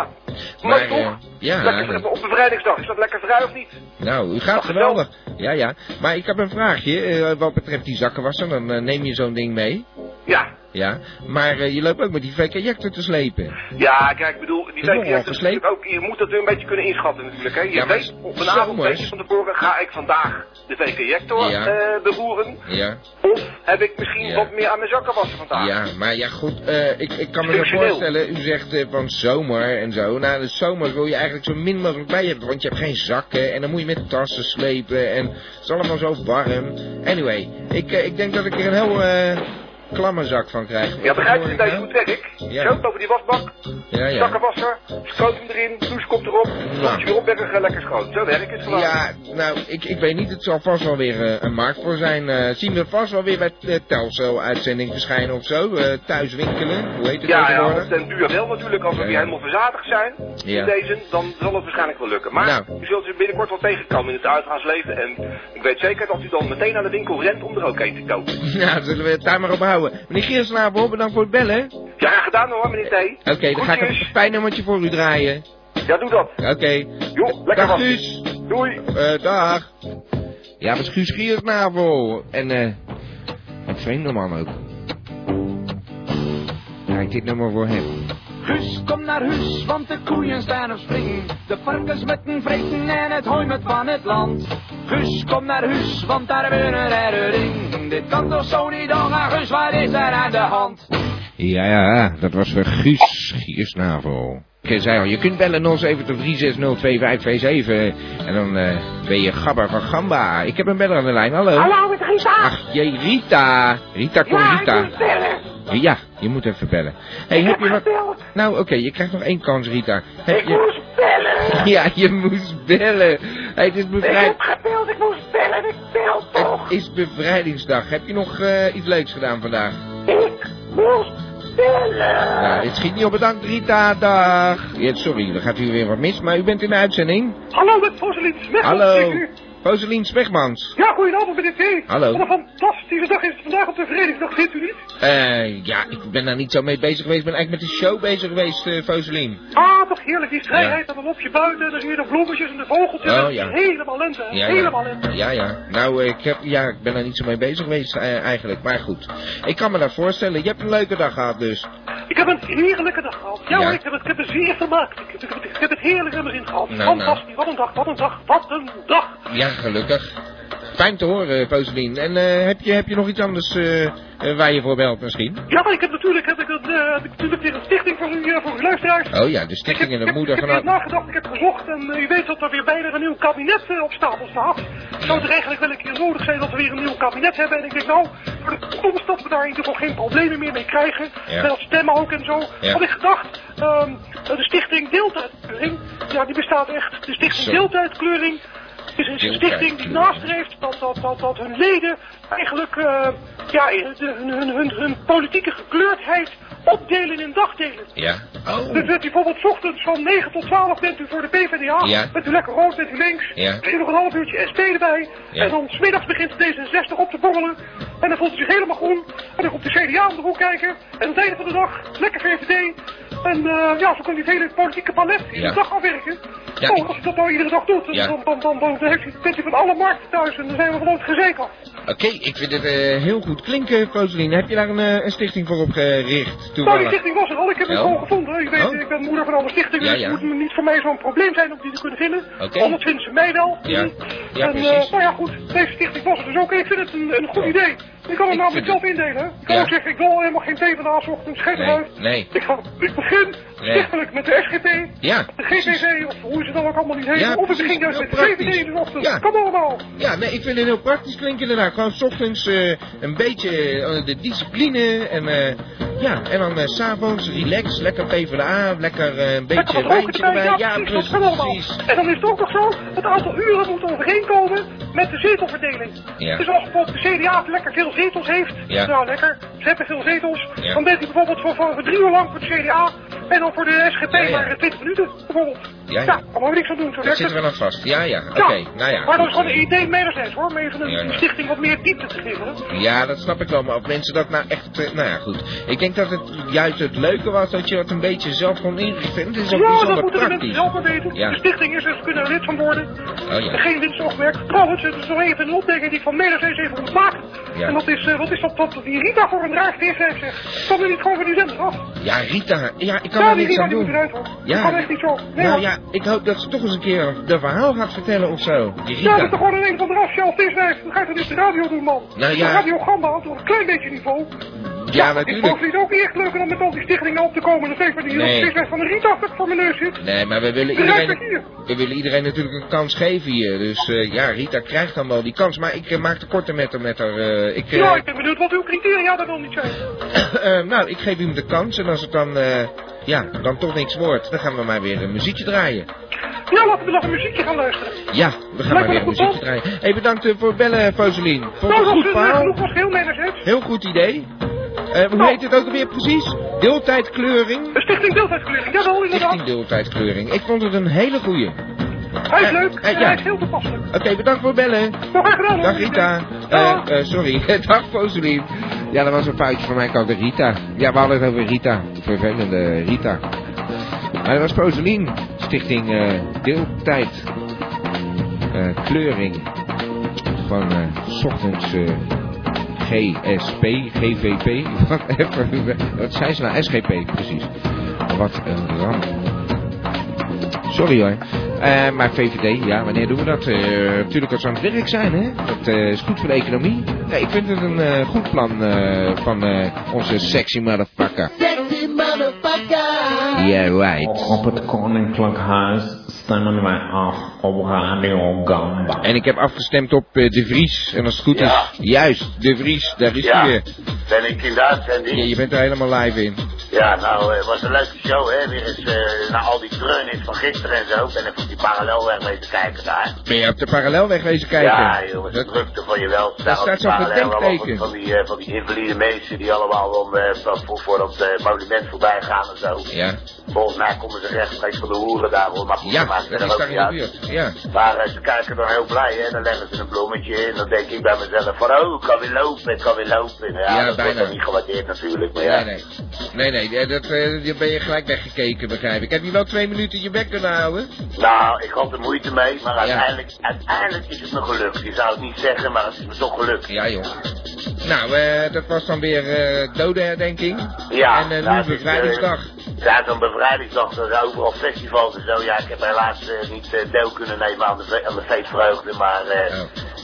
Maar toch? Lekker op bevrijdingsdag. Is dat lekker vrij of niet? Nou, u gaat geweldig. Ja. Maar ik heb een vraagje. Wat betreft die zakkenwasser, dan neem je zo'n ding mee. Ja, maar je loopt ook met die VK-Jector te slepen. Ja, kijk, ik bedoel, die VK-Jector is natuurlijk ook, je moet dat een beetje kunnen inschatten natuurlijk, hè. Je weet, op een avond weet je van tevoren, ga ik vandaag de VK-Jector beroeren? Ja. Of heb ik misschien wat meer aan mijn zakken wassen vandaag? Ja, maar ja goed, ik kan me zo voorstellen, u zegt van zomer en zo. Nou, de zomer wil je eigenlijk zo min mogelijk bij hebben, want je hebt geen zakken en dan moet je met tassen slepen en het is allemaal zo warm. Anyway, ik denk dat ik er een heel klamme zak van krijg. Ja, begrijp je dat je goed werk? Zo, boven die wasbak, zakkenwasser, scrotum erin, douchekop erop, moet je weer opbergen, lekker schoon. Zo werkt het gewoon. Ja, nou, ik weet niet, het zal vast wel weer een markt voor zijn. Zien we vast wel weer bij de Telcel-uitzending verschijnen of zo, thuis winkelen, hoe heet het tegenwoordig? Ja, ten duur wel natuurlijk, als we weer helemaal verzadigd zijn in deze, dan zal het waarschijnlijk wel lukken. Maar u zult ze binnenkort wel tegenkomen in het uitgaansleven en ik weet zeker dat u dan meteen naar de winkel rent om er ook een te kopen. Ja, zullen we het daar maar op houden. Meneer Giersnavel, bedankt voor het bellen. Ja, graag gedaan hoor, meneer T. Oké, dan ga ik een fijn nummertje voor u draaien. Ja, doe dat. Oké. Joh, lekker dag Guus. Doei. Dag. Ja, dat is Guus Giersnavel. En een vreemde man ook. Draai dit nummer voor hem. Guus, kom naar huis, want de koeien staan op springen. De varkens met een vreten en het hooi met van het land. Guus, kom naar huis, want daar gebeuren er ding. Dit kan toch zo niet doorgaan, Guus, wat is er aan de hand? Ja, dat was voor Guus Giersnavel. Ik zei al, je kunt bellen 07036025527 en dan ben je Gabber van Gamba. Ik heb een beller aan de lijn, hallo. Hallo, met Rita. Ach, jee, Rita. Rita, kom Rita. Ik moet bellen. Ja, je moet even bellen. Hey, heb je wat? Nou, oké, je krijgt nog 1 kans, Rita. Ik moest bellen. Ja, je moest bellen. Hey, het is bevrijd... Ik heb gebeld, ik moest bellen, ik bel toch. Het is bevrijdingsdag. Heb je nog iets leuks gedaan vandaag? Ik moest bellen. Nou, dit schiet niet op, bedankt Rita, dag. Ja, sorry, dan gaat u weer wat mis, maar u bent in de uitzending. Hallo, met Foselien Smegmans. Hallo, Foselien Smegmans. Ja, goedenavond meneer T. Hallo. Wat een fantastische dag is het vandaag op de Verenigingsdag, vindt u niet? Ja, ik ben daar niet zo mee bezig geweest. Ik ben eigenlijk met de show bezig geweest, Foselien. Ah, toch heerlijk, die vrijheid, dan op je buiten, dan zie je de bloemetjes en de vogeltjes. Oh, ja. Helemaal lente, helemaal lente. Ja. Nou, ik ben daar niet zo mee bezig geweest eigenlijk, maar goed. Ik kan me dat voorstellen. Je hebt een leuke dag gehad dus. Ik heb een heerlijke dag gehad. Ja, hoor, ik heb het zeer vermaakt. Ik heb het heerlijk in mijn zin gehad. Fantastisch, wat een dag. Ja, gelukkig. Fijn te horen, Foselien. En heb je nog iets anders waar je voor belt misschien? Ja, ik heb natuurlijk weer een stichting voor uw luisteraars. Oh ja, de stichting en de moeder van... Ik heb nagedacht, ik heb gezocht en u weet dat er weer bijna een nieuw kabinet op stapel staat. Zou er eigenlijk wel een keer nodig zijn dat we weer een nieuw kabinet hebben. En ik denk nou, voor de toekomst dat we daar in ieder geval geen problemen meer mee krijgen. Met dat stemmen ook en zo. Had ik gedacht, de stichting Deeltijdkleuring, ja die bestaat echt. De stichting Deeltijdkleuring is een stichting die nastreeft dat hun leden eigenlijk hun politieke gekleurdheid opdelen in dagdelen. Ja. Oh. Dus bijvoorbeeld 's ochtends van 9 tot 12 bent u voor de PvdA. Ja. Bent u lekker rood, bent u links. Ja. Misschien nog een half uurtje SP erbij. Ja. En dan 's middags begint D66 op te borrelen. En dan voelt u zich helemaal groen. En dan komt de CDA om de hoek kijken. En aan het einde van de dag lekker VVD. En zo kunt u het hele politieke palet in de dag afwerken. Ja, als u dat nou iedere dag doet, dan bent u van alle markten thuis en dan zijn we gewoon gezekerd. Oké, ik vind het heel goed klinken, Foselien. Heb je daar een stichting voor opgericht? Nou, die stichting was er al. Ik heb hem gewoon gevonden. U weet, ik ben moeder van alle stichtingen, dus het moet niet voor mij zo'n probleem zijn om die te kunnen vinden. Anders vinden ze mij wel. Ja, precies. Nou ja, goed. Deze stichting was er dus ook. Ik vind het een goed idee. Ik kan het namelijk zelf indelen. Ik kan ook zeggen, ik wil helemaal geen PvdA 's ochtends, geen eruit. Nee. Ik begin stichtelijk met de SGP, de GVV, of hoe is het dan ook allemaal niet heen. Of ik begin juist met de VVD in de ochtend. Ja. Kan allemaal. Ja, nee, ik vind het heel praktisch klinken inderdaad. Gewoon 's ochtends een beetje de discipline en dan 's avonds relax, lekker PvdA, lekker een beetje wijntje erbij. Ja, precies. En dan is het ook nog zo, het aantal uren moet overeenkomen met de zetelverdeling. Ja. Dus als bijvoorbeeld de CDA lekker veel zetels heeft, nou lekker, ze hebben veel zetels, dan bent u bijvoorbeeld voor 3 uur lang voor de CDA en dan voor de SGP maar 20 minuten bijvoorbeeld. Ja, kan maar niks aan doen. Dat zitten we dan vast. Ja, oké. Nou ja. Maar dat is gewoon een idee mijnerzijds hoor, om even een stichting wat meer diepte te geven. Ja, dat snap ik wel, maar of mensen dat nou echt, nou ja goed. Ik denk dat het juist het leuke was dat je het een beetje zelf kon inrichten. Het is ook bijzonder dat moeten de mensen zelf maar weten. Ja. De stichting is er, ze kunnen er lid van worden. Geen winstoogmerk. Trouwens, het is nog even een opmerking die ik van mijnerzijds even moet maken. En dat is, wat is dat die Rita voor een draagsteer heeft zegt. Kan er niet gewoon van die zender af? Ja, Rita. Ja, ik kan er niks aan doen. Ja, dat kan echt niet zo. Nee, nou ja, ik hoop dat ze toch eens een keer de verhaal gaat vertellen of zo. Die Rita. Ja, dat is toch gewoon een van de af. Als dit wijft, dan ga je toch niet de radio doen, man. Nou ja. Radio Gamba, op een klein beetje niveau. Ja, natuurlijk. Ik vond het ook niet echt leuk om met al die stichtingen op te komen. En steeds met die steeds van de Rita voor mijn neus zit. Nee, maar we willen iedereen natuurlijk een kans geven hier. Dus ja, Rita krijgt dan wel die kans. Maar ik maak tekorten met haar. Ik ben benieuwd wat uw criteria daar dan niet zijn. Nou, ik geef hem de kans. En als het dan toch niks wordt, dan gaan we maar weer een muziekje draaien. Ja, laten we nog een muziekje gaan luisteren. Ja, we gaan maar weer een muziekje draaien. Hey, bedankt voor het bellen, Foselien. Vond het een goed verhaal. Heel goed idee. Hoe heet het ook alweer precies? Deeltijdkleuring? Stichting Deeltijdkleuring, ja wel inderdaad. Stichting Deeltijdkleuring. Ik vond het een hele goeie. Hij is leuk, hij is heel toepasselijk. Oké, bedankt voor het bellen. Nog gedaan, dag Rita. Sorry, dag Foselien. Ja, dat was een foutje van mij kant, de Rita. Ja, we hadden het over Rita. Vervelende Rita. Maar dat was Foselien. Stichting Deeltijd Kleuring. Van 's ochtends... GVP, wat zijn ze nou? SGP, precies. Wat een ramp. Sorry hoor. Maar VVD, ja, wanneer doen we dat? Natuurlijk als we aan het werk zijn, hè. Dat is goed voor de economie. Nee, ik vind het een goed plan van onze sexy motherfucker. Sexy motherfucker! Yeah, right. Op het Koninklijk Huis stemmen wij af op Radio Gamba. En ik heb afgestemd op De Vries. En als het goed is, juist, De Vries, daar is hij weer. Ben ik in de uitzending? Ja, je bent er helemaal live in. Ja, nou, het was een leuke show, hè. Weer eens na al die treurnis van gisteren en zo. Ben ik op die parallelweg wezen kijken daar. Ben je op de parallelweg wezen kijken? Ja, joh, de drukte van je wel. Daar staat zo'n gedenkteken. Van die invalide mensen die allemaal voor dat monument voorbij gaan en zo. Ja. Volgens mij komen ze rechtstreeks van de hoeren daar, hoor. Maar goed, ja, dat is daar in de buurt. Ja. Maar ze kijken dan heel blij, hè. Dan leggen ze een bloemetje in. Dan denk ik bij mezelf van, oh, kan weer lopen. Ja, dat bijna. wordt dan niet gewaardeerd natuurlijk, maar ja. Nee, dat ben je gelijk weggekeken, begrijp ik. Heb je wel 2 minuten je bek kunnen houden? Nou, ik had er moeite mee, maar uiteindelijk is het me gelukt. Je zou het niet zeggen, maar het is me toch gelukt. Ja, joh. Nou, dat was dan weer dodenherdenking. Ja. En nu bevrijdingsdag. Ja, zo'n bevrijdingsdag, er zijn overal festivals en zo. Ja, ik heb helaas niet deel kunnen nemen aan de feestvreugde, maar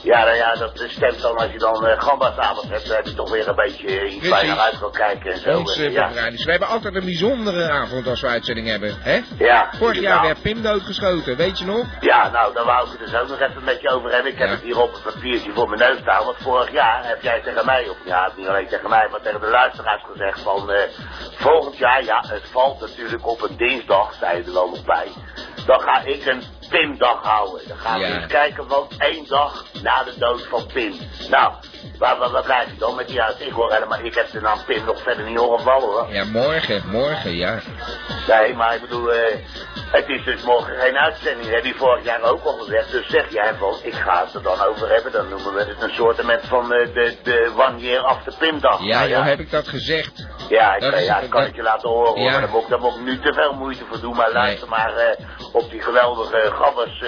Ja, nou ja, dat stemt dan als je dan gambasavond hebt, dan heb je toch weer een beetje iets waar je naar uit kan kijken en zo. We hebben altijd een bijzondere avond als we uitzending hebben, hè? Ja. Vorig jaar werd Pim doodgeschoten, weet je nog? Ja, nou, daar wou ik het dus ook nog even met je over hebben. Ik heb het hier op een papiertje voor mijn neus staan, want vorig jaar heb jij tegen mij, of ja, niet alleen tegen mij, maar tegen de luisteraars gezegd van, volgend jaar, ja, het valt natuurlijk op een dinsdag, zei je er wel nog bij, dan ga ik een Pimdag houden. Dan gaan we eens kijken, want 1 dag na de dood van Pim. Nou, wat krijg je dan met die uit? Ik heb de naam Pim nog verder niet horen vallen, hoor. Ja, morgen, ja. Nee, maar ik bedoel, het is dus morgen geen uitzending. Dat heb je vorig jaar ook al gezegd. Dus zeg jij van, ik ga het er dan over hebben. Dan noemen we het een soort van de one year after Pimdag. Ja, joh, heb ik dat gezegd? Ja, ik kan het je laten horen, hoor. Maar daar moet ik nu te veel moeite voor doen. Maar luister maar op die geweldige Gabbers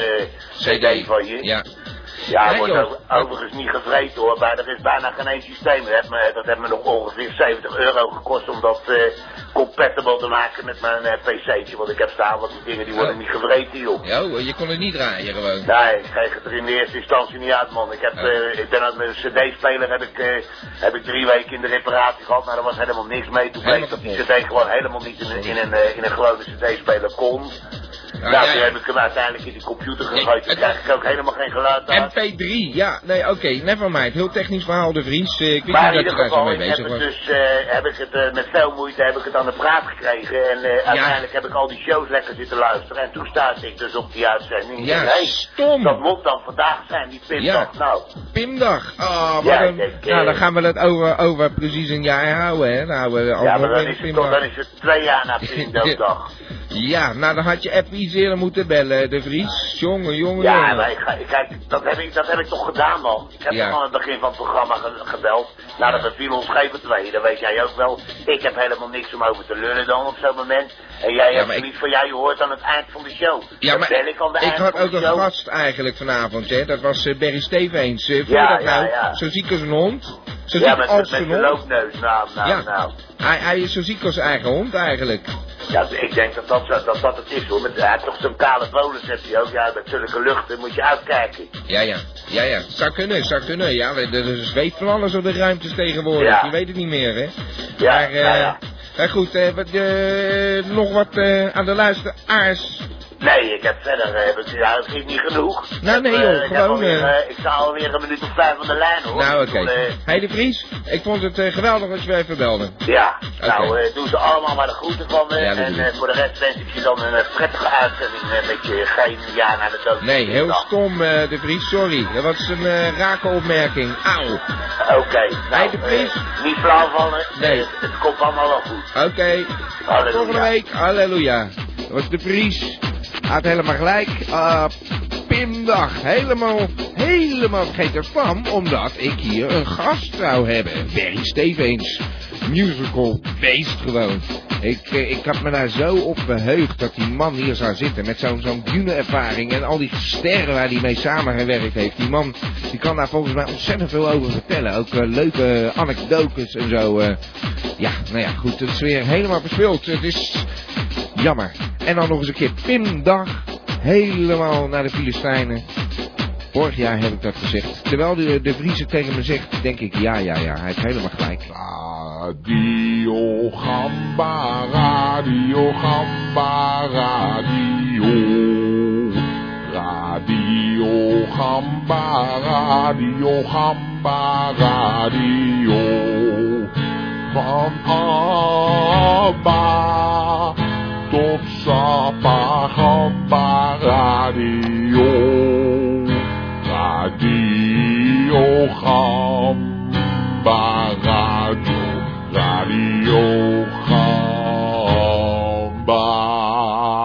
CD van je. Ja. Ja, het wordt overigens niet gevreten, hoor. Maar er is bijna geen één systeem. Dat heeft me nog ongeveer €70 gekost om dat compatible te maken met mijn pc'tje. Want ik heb staan, want die dingen die worden niet gevreten, joh. Ja, je kon het niet draaien gewoon. Nee, ik kreeg het er in de eerste instantie niet uit, man. Ik ben aan mijn cd-speler heb ik 3 weken in de reparatie gehad, maar er was helemaal niks mee. Toen bleek dat die cd gewoon helemaal niet in een gewone cd-speler kon. Nou, toen heb ik hem uiteindelijk in die computer gegooid. Dan krijg ik ook helemaal geen geluid aan. MP3, ja, nee, oké, nevermind. Heel technisch verhaal, de Vries. Ik weet niet dat je daar zo mee bezig was. Dus heb ik het met veel moeite aan de praat gekregen. En uiteindelijk heb ik al die shows lekker zitten luisteren. En toen stuitte ik dus op die uitzending. Ja, hey, stom. Dat moet dan vandaag zijn, die Pimdag. Ja. Nou. Pimdag. Oh, nou, dan gaan we het over precies een jaar houden, hè. Nou, ja, maar dan is het 2 jaar na Pimdag. Ja, nou dan had je even iets eerder moeten bellen, de Vries. Jongen. Ja, maar kijk, dat heb ik toch gedaan, man. Ik heb toch aan het begin van het programma gebeld. Nou, dat beviel ons geen 2, dat weet jij ook wel. Ik heb helemaal niks om over te lullen dan op zo'n moment. En jij hebt zoiets van, je hoort aan het eind van de show. Ja, maar ik had ook een gast eigenlijk vanavond, hè. Dat was Berry Stevens. Zo ziek als een hond. Zo ziek als een hond. Met de loopneus, nou. Hij is zo ziek als zijn eigen hond eigenlijk. Ja, ik denk dat het is, hoor. Hij heeft toch zo'n kale bolus, heeft hij ook. Ja, met zulke luchten moet je uitkijken. Ja. Zou kunnen. Ja, er zweeft van alles op de ruimtes tegenwoordig. Ja. Je weet het niet meer, hè. Ja, maar goed, nog wat aan de luisteraars. Nee, ik heb verder niet genoeg. Nou, nee joh, gewoon... ik sta alweer een minuut of 5 aan de lijn, hoor. Nou, oké. Hey, de Vries, ik vond het geweldig als je weer even belde. Ja, nou, doen ze allemaal maar de groeten van me. En voor de rest wens ik je dan een prettige uitzending met je geen jaar naar de dood. Nee, heel stom, de Vries, sorry. Dat was een rake opmerking. Auw. Oké, nou, de Vries. Niet flauw vallen. Nee. Het komt allemaal wel goed. Oké. Volgende week, halleluja. Dat was de Vries. Had helemaal gelijk. Pimdag. Helemaal vergeten van. Omdat ik hier een gast zou hebben. Berry Stevens. Musical beest gewoon. Ik had me daar zo op verheugd dat die man hier zou zitten. Met zo'n bühneervaring. En al die sterren waar hij mee samengewerkt heeft. Die man die kan daar volgens mij ontzettend veel over vertellen. Ook leuke anekdotes en zo. Ja, nou ja, goed. Het is weer helemaal verspeeld. Het is jammer. En dan nog eens een keer Pimdag. Helemaal naar de Filistijnen. Vorig jaar heb ik dat gezegd. Terwijl de Vriezer tegen me zegt, denk ik, ja. Hij heeft helemaal gelijk. Radio Gamba, Radio Gamba, Radio. Radio Gamba, Radio Gamba, Radio. Van Abba tot Sapa Gamba Radio. Radio Gamba Radio. Radio Gamba.